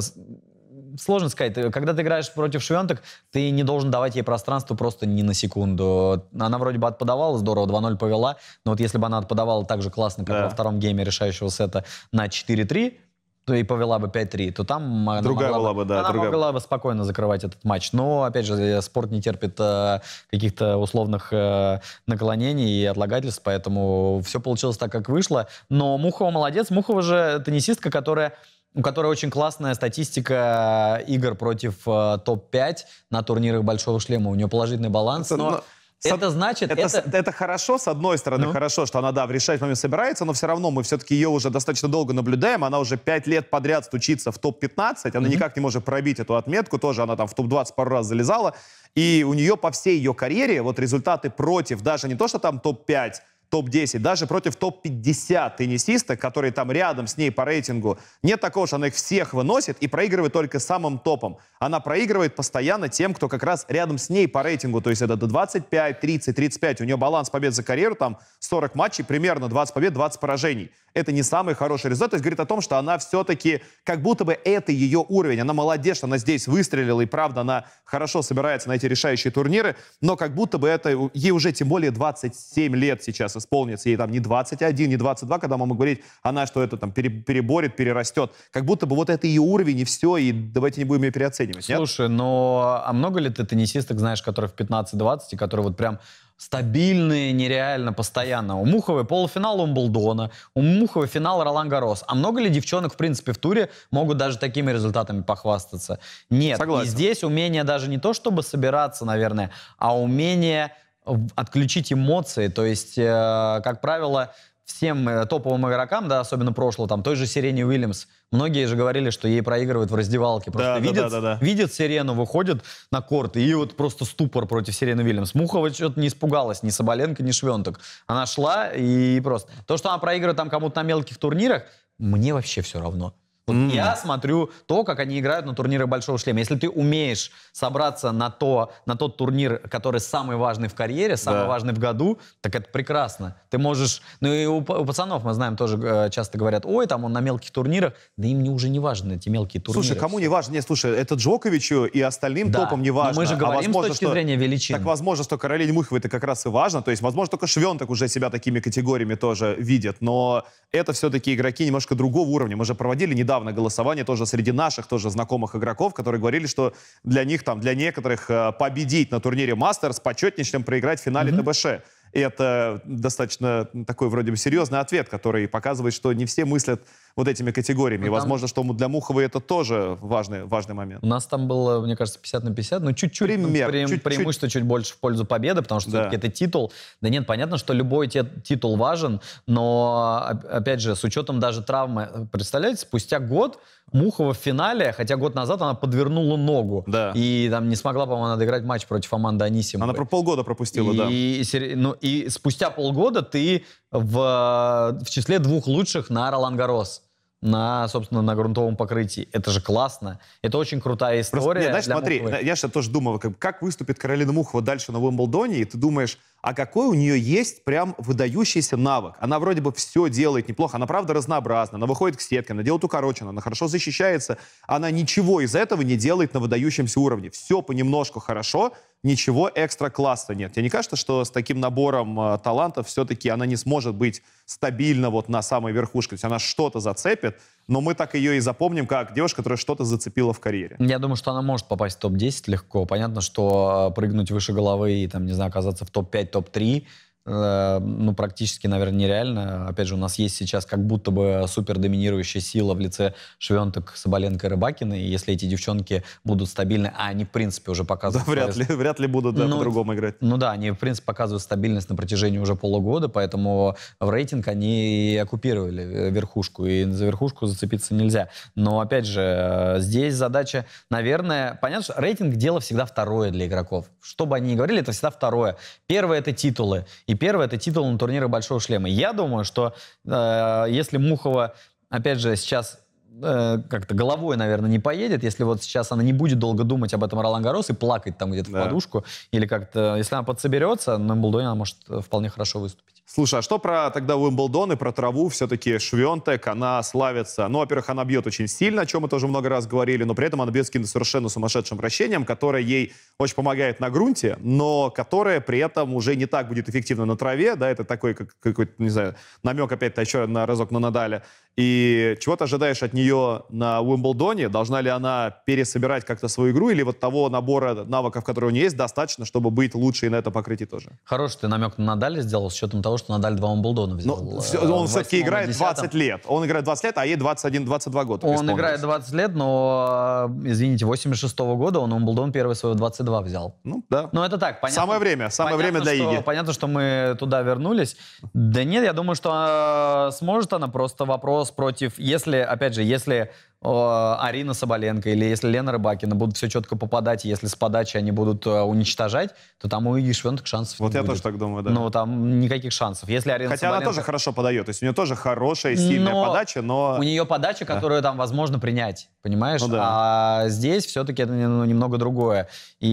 Сложно сказать. Когда ты играешь против Швёнтек, ты не должен давать ей пространство просто ни на секунду. Она вроде бы отподавала здорово, два ноль повела, но вот если бы она отподавала так же классно, как да. во втором гейме решающего сета на четыре три, то и повела бы пять три, то там другая она, могла, была бы, да, она другая... могла бы спокойно закрывать этот матч. Но, опять же, спорт не терпит э, каких-то условных э, наклонений и отлагательств, поэтому все получилось так, как вышло. Но Мухова молодец. Мухова же теннисистка, которая... у которой очень классная статистика игр против э, топ пять на турнирах Большого шлема. У нее положительный баланс, это, но... но... Это значит... Это, это... это хорошо, с одной стороны, ну? хорошо, что она, да, в решающий момент собирается, но все равно мы все-таки ее уже достаточно долго наблюдаем. Она уже пять лет подряд стучится в топ пятнадцать. Она mm-hmm. никак не может пробить эту отметку. Тоже она там в топ двадцать пару раз залезала. И у нее по всей ее карьере вот результаты против, даже не то, что там топ пять, топ десять, даже против топ пятьдесят теннисисток, которые там рядом с ней по рейтингу, нет такого, что она их всех выносит и проигрывает только самым топом. Она проигрывает постоянно тем, кто как раз рядом с ней по рейтингу, то есть это до двадцать пять, тридцать, тридцать пять. У нее баланс побед за карьеру, там сорок матчей, примерно двадцать побед, двадцать поражений. Это не самый хороший результат, то есть говорит о том, что она все-таки, как будто бы это ее уровень. Она молодец, что она здесь выстрелила, и правда, она хорошо собирается на эти решающие турниры, но как будто бы это, ей уже тем более двадцать семь лет сейчас исполнится, ей там не двадцать один, не двадцать два, когда мы можем говорить, она что это там переборет, перерастет. Как будто бы вот это ее уровень, и все, и давайте не будем ее переоценивать. Слушай, нет? но а много ли ты теннисисток знаешь, которые в пятнадцать-двадцать, и которые вот прям стабильные, нереально, постоянно? У Муховой полуфинал Умблдона, у Муховой финал Ролан-Гаррос. А много ли девчонок, в принципе, в туре могут даже такими результатами похвастаться? Нет. Согласен. И здесь умение даже не то, чтобы собираться, наверное, а умение отключить эмоции. То есть, э, как правило, всем э, топовым игрокам, да, особенно прошлого, там, той же Серене Уильямс, многие же говорили, что ей проигрывают в раздевалке. Просто да, видят, да, да, да. видят Серену, выходят на корт, и вот просто ступор против Серены Уильямс. Мухова что-то не испугалась, ни Соболенко, ни Швентек. Она шла и просто... То, что она проигрывает там кому-то на мелких турнирах, мне вообще все равно. Вот mm. Я смотрю то, как они играют на турнирах Большого шлема. Если ты умеешь собраться на, то, на тот турнир, который самый важный в карьере, самый да. важный в году, так это прекрасно. Ты можешь... Ну и у, у пацанов, мы знаем, тоже э, часто говорят, ой, там он на мелких турнирах, да им не, уже не важны эти мелкие турниры. Слушай, кому не важно? Нет, слушай, это Джоковичу и остальным да. топам не важно. Но мы же говорим а возможно, с точки что, зрения величин. Так возможно, что Каролине Муховой это как раз и важно. То есть, возможно, только Швентек уже себя такими категориями тоже видит. Но это все-таки игроки немножко другого уровня. Мы же проводили недавно голосование тоже среди наших тоже знакомых игроков, которые говорили, что для них, там, для некоторых э, победить на турнире Мастерс почетнее, чем проиграть в финале mm-hmm. ТБШ. И это достаточно такой вроде бы серьезный ответ, который показывает, что не все мыслят вот этими категориями. Ну, и возможно, что для Муховой это тоже важный, важный момент. У нас там было, мне кажется, пятьдесят на пятьдесят, но чуть-чуть Пример, ну, пре чуть-чуть. преимущество чуть больше в пользу победы, потому что да. все-таки это титул. Да нет, понятно, что любой титул важен, но, опять же, с учетом даже травмы, представляете, спустя год Мухова в финале, хотя год назад она подвернула ногу. Да. И там не смогла, по-моему, отыграть матч против Аманды Анисимовой. Она про полгода пропустила, и, да. И, ну, и спустя полгода ты в, в числе двух лучших на Ролан-Гаррос. На, собственно, на грунтовом покрытии. Это же классно. Это очень крутая история. Просто, нет, знаешь, смотри, Муховой. Я же тоже думал, как, как выступит Каролина Мухова дальше на Уимблдоне, и ты думаешь, а какой у нее есть прям выдающийся навык. Она вроде бы все делает неплохо, она правда разнообразна, она выходит к сетке, она делает укороченно, она хорошо защищается, она ничего из этого не делает на выдающемся уровне. Все понемножку хорошо, ничего экстра-класса нет. Тебе не кажется, что с таким набором э, талантов все-таки она не сможет быть стабильно вот на самой верхушке? То есть она что-то зацепит, но мы так ее и запомним как девушка, которая что-то зацепила в карьере. Я думаю, что она может попасть в топ десять легко. Понятно, что э, прыгнуть выше головы и, там, не знаю, оказаться в топ пять, топ три, э, ну, практически, наверное, нереально. Опять же, у нас есть сейчас как будто бы супер доминирующая сила в лице Швентек, Соболенко и Рыбакиной. И если эти девчонки будут стабильны, а они, в принципе, уже показывают... Да, вряд ли, вряд ли будут да, ну, по-другому играть. Ну да, они, в принципе, показывают стабильность на протяжении уже полугода, поэтому в рейтинг они оккупировали верхушку, и за верхушку зацепиться нельзя. Но, опять же, здесь задача, наверное... Понятно, что рейтинг — дело всегда второе для игроков. Что бы они ни говорили, это всегда второе. Первое — это титулы. И первое — это титул на турнирах Большого шлема. Я думаю, что э, если Мухова, опять же, сейчас э, как-то головой, наверное, не поедет, если вот сейчас она не будет долго думать об этом Ролан-Гаррос и плакать там где-то да. в подушку, или как-то, если она подсоберется, на Уимблдоне она может вполне хорошо выступить. Слушай, а что про тогда Уимблдон и про траву? Все-таки Швентек, она славится. Ну, во-первых, она бьет очень сильно, о чем мы тоже много раз говорили, но при этом она бьет с каким-то совершенно сумасшедшим вращением, которое ей очень помогает на грунте, но которое при этом уже не так будет эффективно на траве. Да, это такой, как, какой-то, не знаю, намек опять-то еще на разок на Надаля. И чего ты ожидаешь от нее на Уимблдоне? Должна ли она пересобирать как-то свою игру, или вот того набора навыков, которые у нее есть, достаточно, чтобы быть лучше и на этом покрытии тоже? Хороший ты намек на Надаля сделал, с учетом того, что Надаль два Уимблдона взял. Но, все, он все-таки играет двадцать лет. Он играет двадцать лет, а ей двадцать один двадцать два года. Он играет двадцать лет, но, извините, восемьдесят шестого года он Уимблдон первый своего двадцать два взял. Ну, да. Ну, это так, понятно. Самое время, самое понятно, время для что, Иги. Понятно, что мы туда вернулись. Да нет, я думаю, что э, сможет она, просто вопрос против... Если, опять же, если э, Арина Соболенко или если Лена Рыбакина будут все четко попадать, если с подачи они будут э, уничтожать, то там у Иги Швентек шансов Вот не я будет. тоже так думаю, да. Ну, там никаких шансов. Если Арина Хотя Соболенко... она тоже хорошо подает, то есть у нее тоже хорошая, сильная Но подача, но... У нее подача, которую там возможно принять, понимаешь? Ну да. А здесь все-таки это ну, немного другое.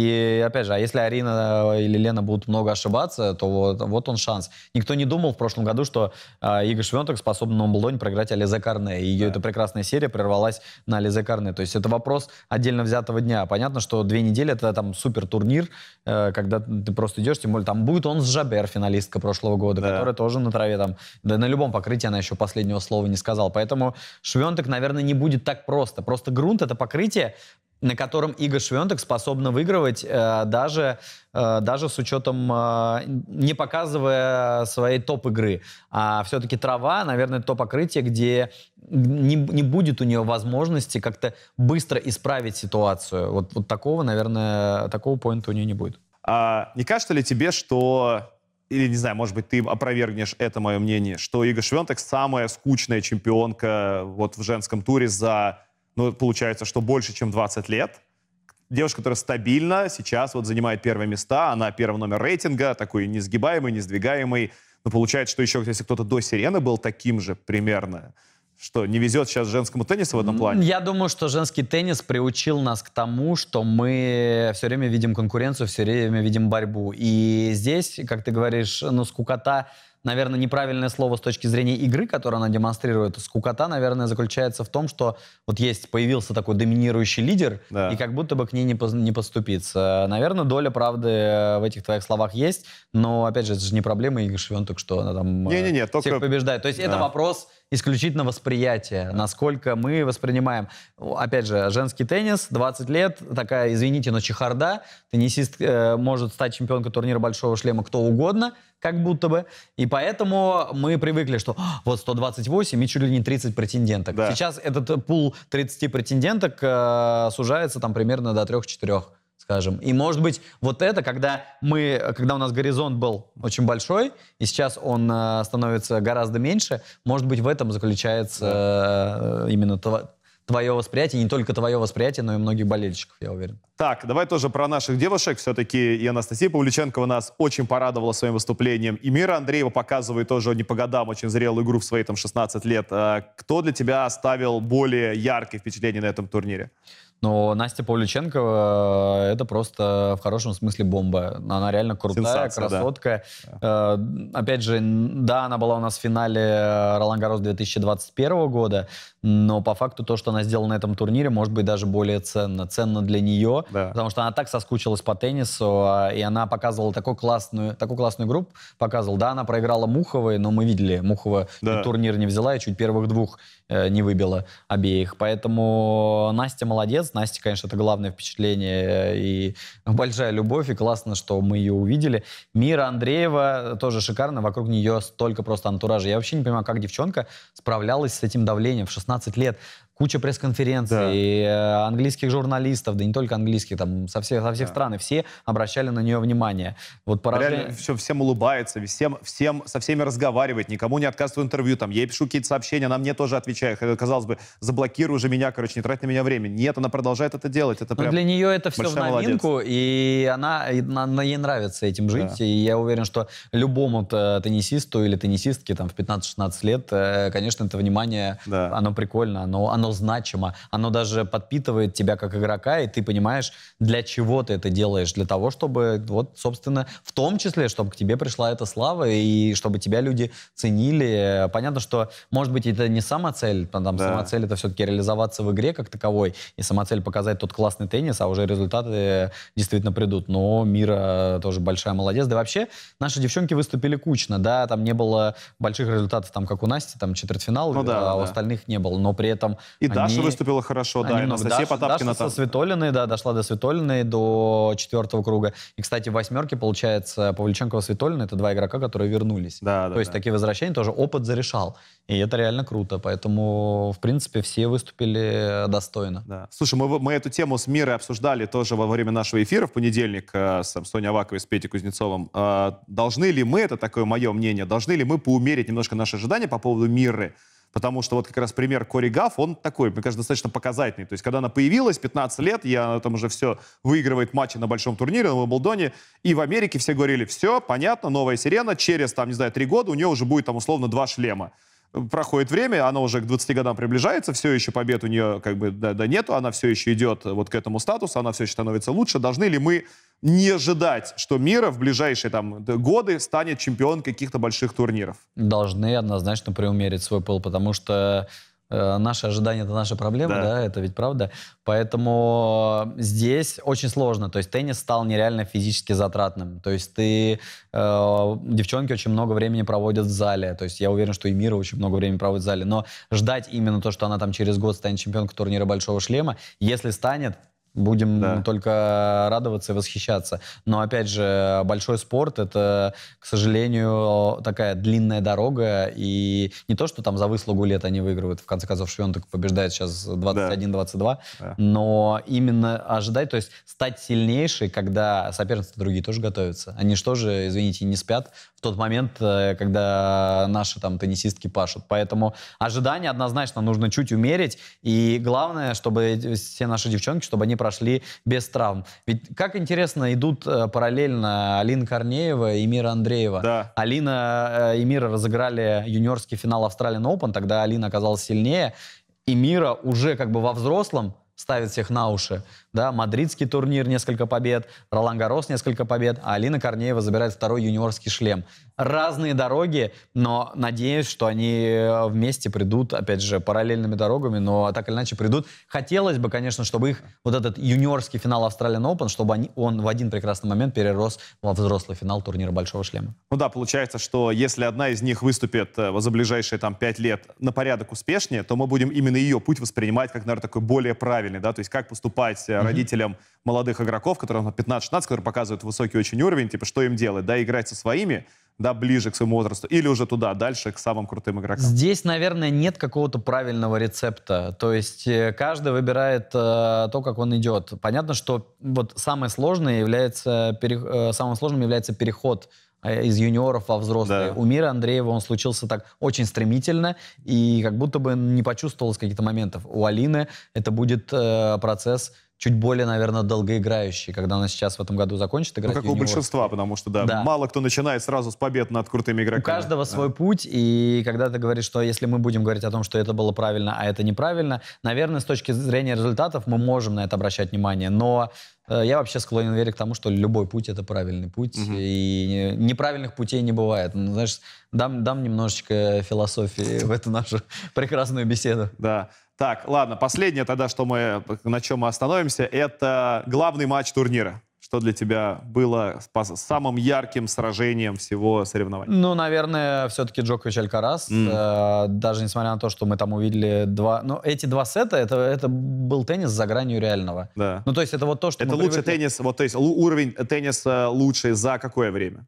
И опять же, а если Арина или Лена будут много ошибаться, то вот, вот он шанс. Никто не думал в прошлом году, что э, Ига Швентек способна на Умблдоне проиграть Ализе Карне. И ее Да. эта прекрасная серия прервалась на Ализе Карне. То есть это вопрос отдельно взятого дня. Понятно, что две недели это там супер турнир, э, когда ты просто идешь, тем более там будет он с Жабер, финалистка прошлого года, Да. которая тоже на траве там, да на любом покрытии она еще последнего слова не сказала. Поэтому Швентек, наверное, не будет так просто. Просто грунт — это покрытие, на котором Ига Швентек способна выигрывать э, даже, э, даже с учетом, э, не показывая своей топ-игры. А все-таки трава, наверное, то покрытие, где не, не будет у нее возможности как-то быстро исправить ситуацию. Вот, вот такого, наверное, такого поинта у нее не будет. А не кажется ли тебе, что... Или, не знаю, может быть, ты опровергнешь это мое мнение, что Ига Швентек самая скучная чемпионка вот в женском туре за, ну, получается, что больше, чем двадцать лет. Девушка, которая стабильно сейчас вот занимает первые места, она первый номер рейтинга, такой несгибаемый, несдвигаемый. Но получается, что еще, если кто-то до Сирены был таким же примерно, что не везет сейчас женскому теннису в этом плане? Я думаю, что женский теннис приучил нас к тому, что мы все время видим конкуренцию, все время видим борьбу. И здесь, как ты говоришь, ну, скукота, наверное, неправильное слово с точки зрения игры, которую она демонстрирует. Скукота, наверное, заключается в том, что вот есть, появился такой доминирующий лидер, Да. и как будто бы к ней не, поз- не подступиться. Наверное, доля правды в этих твоих словах есть, но, опять же, это же не проблема Иги Швентек, что она там э, Не-не-не, всех только- побеждает. То есть это Да. вопрос исключительно восприятия, насколько мы воспринимаем. Опять же, женский теннис, двадцать лет, такая, извините, но чехарда. Теннисист э, может стать чемпионкой турнира «Большого шлема» кто угодно, как будто бы. И поэтому мы привыкли, что «А, вот сто двадцать восемь и чуть ли не тридцать претенденток». Да. Сейчас этот э, пул тридцати претенденток э, сужается там примерно до трех-четырех. Скажем. И, может быть, вот это, когда мы, когда у нас горизонт был очень большой, и сейчас он э, становится гораздо меньше, может быть, в этом заключается э, именно тво- твое восприятие, не только твое восприятие, но и многих болельщиков, я уверен. Так, давай тоже про наших девушек. Все-таки и Анастасия Павлюченкова нас очень порадовала своим выступлением. И Мира Андреева показывает тоже не по годам очень зрелую игру в свои там шестнадцать лет. А кто для тебя оставил более яркие впечатления на этом турнире? Но Настя Павлюченкова — это просто в хорошем смысле бомба. Она реально крутая, Сенсация, да. красотка. Э, опять же, н- да, она была у нас в финале Ролан Гаррос две тысячи двадцать первого года, но по факту то, что она сделала на этом турнире, может быть даже более ценно. Ценно для нее, Да. потому что она так соскучилась по теннису, а, и она показывала такую классную, такую классную игру. Показывала. Да, она проиграла Муховой, но мы видели, Мухова Да. и турнир не взяла, и чуть первых двух э, не выбила обеих. Поэтому Настя молодец. Настя, конечно, это главное впечатление и большая любовь, и классно, что мы ее увидели. Мира Андреева тоже шикарно, вокруг нее столько просто антуража. Я вообще не понимаю, как девчонка справлялась с этим давлением в шестнадцать лет. Куча пресс-конференций, Да. и, э, английских журналистов, да не только английских, там со всех, со всех Да. стран, и все обращали на нее внимание. Вот поражение... Реально все, всем улыбается, всем, всем, со всеми разговаривает, никому не отказывает в интервью. Там, я ей пишу какие-то сообщения, она мне тоже отвечает. Хотя, казалось бы, заблокируй уже меня, короче, не трать на меня время. Нет, она продолжает это делать. Это Но прям... для нее это все в большая новинку, и она, и на- на- ей нравится этим жить. Да. И я уверен, что любому т- теннисисту или теннисистке там, в пятнадцать-шестнадцать лет, э, конечно, это внимание, Да. оно прикольно, оно, оно значимо. Оно даже подпитывает тебя как игрока, и ты понимаешь, для чего ты это делаешь. Для того, чтобы, вот, собственно, в том числе, чтобы к тебе пришла эта слава, и чтобы тебя люди ценили. Понятно, что, может быть, это не самоцель. Там, Да. самоцель — это все-таки реализоваться в игре как таковой, и самоцель — показать тот классный теннис, а уже результаты действительно придут. Но Мира тоже большая молодец. Да и вообще, наши девчонки выступили кучно, да, там не было больших результатов, там, как у Насти, там, четвертьфинал, Ну да, а у да. остальных не было. Но при этом И они... Даша выступила хорошо, да, и Они много. Анастасия Даша, Потапкина Даша там. со Свитолиной, да, дошла до Свитолиной, до четвертого круга. И, кстати, в восьмерке, получается, Павлюченкова, Свитолина — это два игрока, которые вернулись. Да, да, То есть да. такие возвращения тоже опыт зарешал. И это реально круто. Поэтому, в принципе, все выступили достойно. Да. Слушай, мы, мы эту тему с Мирой обсуждали тоже во время нашего эфира в понедельник э, с там, Соней Аваковой, с Петей Кузнецовым. Э, должны ли мы, это такое мое мнение, должны ли мы поумерить немножко наши ожидания по поводу Миры? Потому что вот как раз пример Кори Гафф, он такой, мне кажется, достаточно показательный. То есть, когда она появилась, пятнадцать лет, и она там уже все выигрывает матчи на большом турнире, на Уимблдоне, и в Америке все говорили, все, понятно, новая сирена, через, там, не знаю, три года у нее уже будет, там, условно, два шлема. Проходит время, она уже к двадцати годам приближается, все еще побед у нее как бы да, да нету, она все еще идет вот к этому статусу, она все еще становится лучше. Должны ли мы не ожидать, что Мира в ближайшие там годы станет чемпионкой каких-то больших турниров? Должны однозначно преумерить свой пыл, потому что э, наши ожидания — это наша проблема, Да. да, это ведь правда. Поэтому здесь очень сложно. То есть теннис стал нереально физически затратным. То есть ты... Э, девчонки очень много времени проводят в зале. То есть я уверен, что и Мира очень много времени проводит в зале. Но ждать именно то, что она там через год станет чемпионкой турнира Большого шлема, если станет, будем Да. только радоваться и восхищаться. Но, опять же, большой спорт — это, к сожалению, такая длинная дорога. И не то, что там за выслугу лет они выигрывают. В конце концов, Швентек побеждает сейчас двадцать один двадцать два. Да. Но именно ожидать, то есть стать сильнейшей, когда соперницы другие тоже готовятся. Они же тоже, извините, не спят в тот момент, когда наши там теннисистки пашут. Поэтому ожидания однозначно нужно чуть умерить. И главное, чтобы все наши девчонки, чтобы они прошли без травм. Ведь как интересно идут параллельно Алина Корнеева и Мира Андреева. Да. Алина и Мира разыграли юниорский финал Australian Open, тогда Алина оказалась сильнее. И Мира уже как бы во взрослом ставит всех на уши. Да, мадридский турнир, несколько побед, Ролан-Гаррос, несколько побед, а Алина Корнеева забирает второй юниорский шлем. Разные дороги, но надеюсь, что они вместе придут, опять же, параллельными дорогами, но так или иначе придут. Хотелось бы, конечно, чтобы их вот этот юниорский финал Australian Open, чтобы они, он в один прекрасный момент перерос во взрослый финал турнира Большого шлема. Ну да, получается, что если одна из них выступит э, за ближайшие там пять лет на порядок успешнее, то мы будем именно ее путь воспринимать как, наверное, такой более правильный, да, то есть как поступать э, родителям молодых игроков, которым пятнадцать-шестнадцать, которые показывают высокий очень уровень, типа, что им делать, да, играть со своими, да, ближе к своему возрасту, или уже туда, дальше, к самым крутым игрокам? Здесь, наверное, нет какого-то правильного рецепта. То есть э, каждый выбирает э, то, как он идет. Понятно, что вот самое сложное является, пере, э, самым сложным является переход э, из юниоров во взрослые. Да. У Мира Андреева он случился так очень стремительно, и как будто бы не почувствовалось каких-то моментов. У Алины это будет э, процесс чуть более, наверное, долгоиграющий, когда она сейчас в этом году закончит играть. Ну, как у большинства, потому что, да, Да. мало кто начинает сразу с побед над крутыми игроками. У каждого Да. свой путь, и когда ты говоришь, что если мы будем говорить о том, что это было правильно, а это неправильно, наверное, с точки зрения результатов мы можем на это обращать внимание, но э, я вообще склонен верить к тому, что любой путь — это правильный путь, Мгм. и неправильных путей не бывает. Ну, знаешь, дам, дам немножечко философии в эту нашу прекрасную беседу. Да. Так, ладно, последнее тогда, что мы, на чем мы остановимся, это главный матч турнира. Что для тебя было по- самым ярким сражением всего соревнования? Ну, наверное, все-таки Джокович Алькарас. М. Э, даже несмотря на то, что мы там увидели два... Ну, эти два сета, это, это был теннис за гранью реального. Да. Ну, то есть это вот то, что Это мы лучший привыкли. теннис, вот, то есть лу- уровень тенниса лучший за какое время?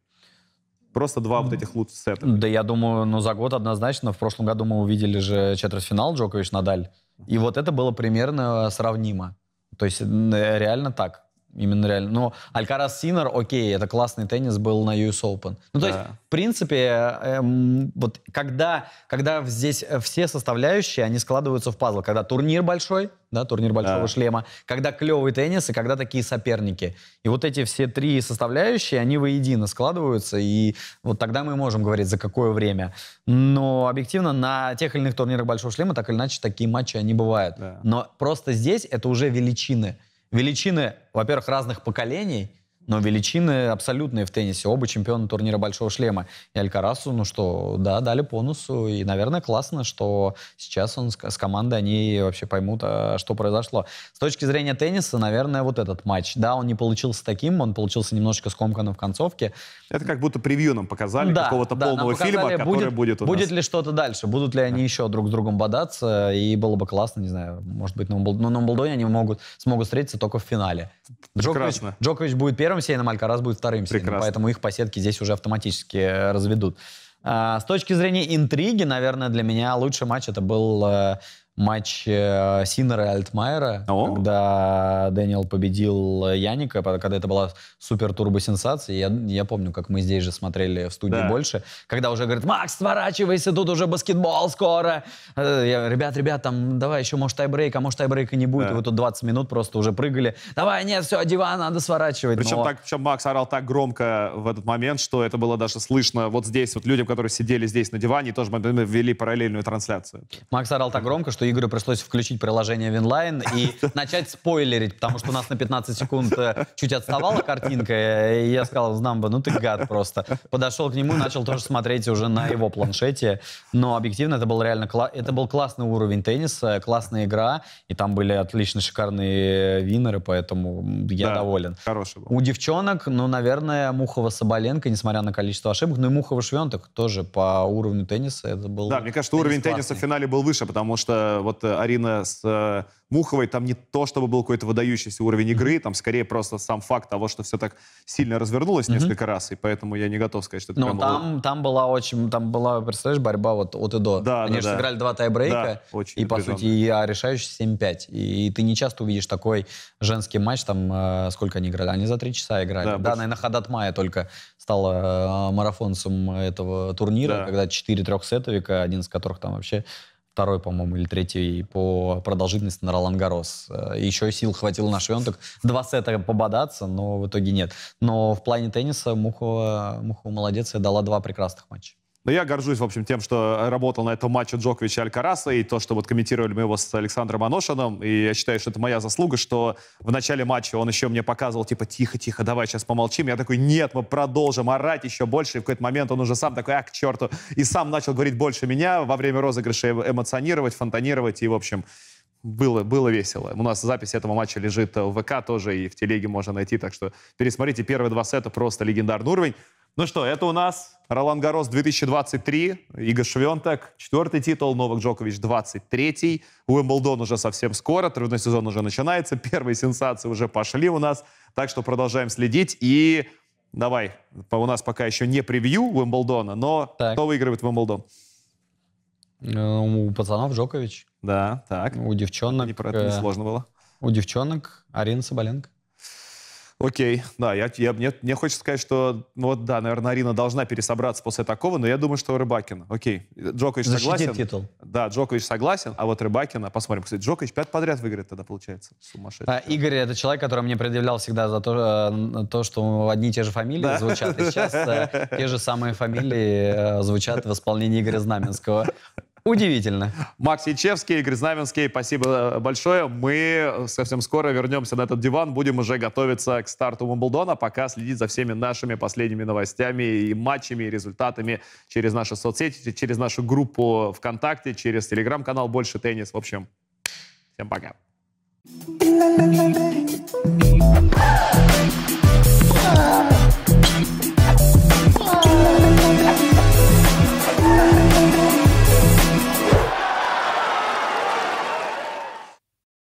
Просто два вот этих лучших сета. Да, я думаю, ну, за год однозначно. В прошлом году мы увидели же четвертьфинал Джокович-Надаль. И вот это было примерно сравнимо. То есть н- реально так. Именно реально. Но Алькарас-Синер, окей, это классный теннис был на ю эс Open. Ну, то есть, Да. в принципе, эм, вот когда, когда здесь все составляющие, они складываются в пазл. Когда турнир большой, да, турнир большого Да. шлема, когда клевый теннис и когда такие соперники. И вот эти все три составляющие, они воедино складываются, и вот тогда мы можем говорить, за какое время. Но объективно на тех или иных турнирах большого шлема так или иначе такие матчи, они бывают. Да. Но просто здесь это уже величины. Величины, во-первых, разных поколений, но величины абсолютные в теннисе. Оба чемпиона турнира Большого шлема. И Алькарасу, ну что, да, дали по носу. И, наверное, классно, что сейчас он с, с командой, они вообще поймут, а, что произошло. С точки зрения тенниса, наверное, вот этот матч. Да, он не получился таким, он получился немножечко скомканным в концовке. Это как будто превью нам показали Да, какого-то да, нам полного показали, фильма, который будет, будет у будет нас. ли что-то дальше, будут ли они еще друг с другом бодаться, и было бы классно, не знаю, может быть, на Умблдоне, но на Умблдоне они могут, смогут встретиться только в финале. Джокович, Прекрасно. Джокович будет первым сейном, Алькарас будет вторым сейном, Прекрасно. поэтому их по сетке здесь уже автоматически э, разведут. А, с точки зрения интриги, наверное, для меня лучший матч это был э, матч э, Синнера и Альтмайера, О. когда Дэниел победил Яника, когда это была супер-турбо-сенсация. Я, я помню, как мы здесь же смотрели в студии Да. больше, когда уже говорят: Макс, сворачивайся, тут уже баскетбол скоро. Э, Я, ребят, ребят, там, давай еще, может, тайбрейк, а может, тайбрейка не будет. Да. И вы тут двадцать минут просто уже прыгали. Давай, нет, все, диван, надо сворачивать. Причем, Но- так, причем Макс орал так громко в этот момент, что это было даже слышно вот здесь, вот людям, которые сидели здесь на диване, и тоже мы ввели параллельную трансляцию. Макс орал так громко, что Игорю пришлось включить приложение Винлайн и начать спойлерить, потому что у нас на пятнадцать секунд э, чуть отставала картинка, и я сказал: Знамба, ну ты гад просто. Подошел к нему, начал тоже смотреть уже на его планшете, но объективно это был реально кла- это был классный уровень тенниса, классная игра, и там были отлично шикарные виннеры, поэтому я Да, доволен. Хороший был. У девчонок, ну, наверное, Мухова-Соболенко, несмотря на количество ошибок, ну и Мухова-Швентек тоже по уровню тенниса это был... Да, мне кажется, теннис уровень тенниса классный. в финале был выше, потому что вот э, Арина с э, Муховой, там не то, чтобы был какой-то выдающийся уровень игры, там скорее просто сам факт того, что все так сильно развернулось несколько раз, и поэтому я не готов сказать, что это Но прям было- там, там была очень, там была, представляешь, борьба вот от и до. Да, Они да, же да. сыграли два тайбрейка, Да, очень и, по напряженно. сути, и а, решающий семь пять. И ты не часто увидишь такой женский матч, там, э, сколько они играли? Они за три часа играли. Да, Да, больше. наверное, Хадат Майя только стала э, марафонцем этого турнира, Да. когда четыре трехсетовика, один из которых там вообще второй, по-моему, или третий по продолжительности на Ролан Гаррос. Э, Еще сил хватило на Швентек два сета пободаться, но в итоге нет. Но в плане тенниса Мухова, Мухова молодец и дала два прекрасных матча. Но я горжусь, в общем, тем, что работал на этом матче Джоковича и Алькараса, и то, что вот комментировали мы его с Александром Аношиным, и я считаю, что это моя заслуга, что в начале матча он еще мне показывал, типа, тихо-тихо, давай сейчас помолчим. Я такой: нет, мы продолжим орать еще больше, и в какой-то момент он уже сам такой: а, к черту, и сам начал говорить больше меня, во время розыгрыша эмоционировать, фонтанировать, и, в общем, было, было весело. У нас запись этого матча лежит в ВК тоже, и в телеге можно найти, так что пересмотрите первые два сета, просто легендарный уровень. Ну что, это у нас Ролан Гаррос две тысячи двадцать три, Ига Швентек, четвертый титул, Новак Джокович двадцать третий, Уимблдон уже совсем скоро, трудный сезон уже начинается, первые сенсации уже пошли у нас, так что продолжаем следить. И давай, по- у нас пока еще не превью Уимблдона, но Так. кто выигрывает Уимблдон? Э, У пацанов Джокович, Да, так. у девчонок, Не, про это не э, сложно было. у девчонок Арина Соболенко. Окей, да, я, я- мне, мне хочется сказать, что, ну вот да, наверное, Арина должна пересобраться после такого, но я думаю, что Рыбакина. Окей, Джокович Защитит согласен. титул. Да, Джокович согласен, а вот Рыбакина, посмотрим. Кстати, Джокович пять подряд выиграет тогда, получается. Сумасшедший. А, Игорь — это человек, который мне предъявлял всегда за то, э, то, что одни и те же фамилии Да. звучат. И сейчас э, те же самые фамилии э, звучат в исполнении Игоря Знаменского. Удивительно. Макс Ячевский, Игорь Знаменский, спасибо большое. Мы совсем скоро вернемся на этот диван, будем уже готовиться к старту Уимблдона, пока следить за всеми нашими последними новостями и матчами, и результатами через наши соцсети, через нашу группу ВКонтакте, через телеграм-канал «Больше теннис». В общем, всем пока. La la la la.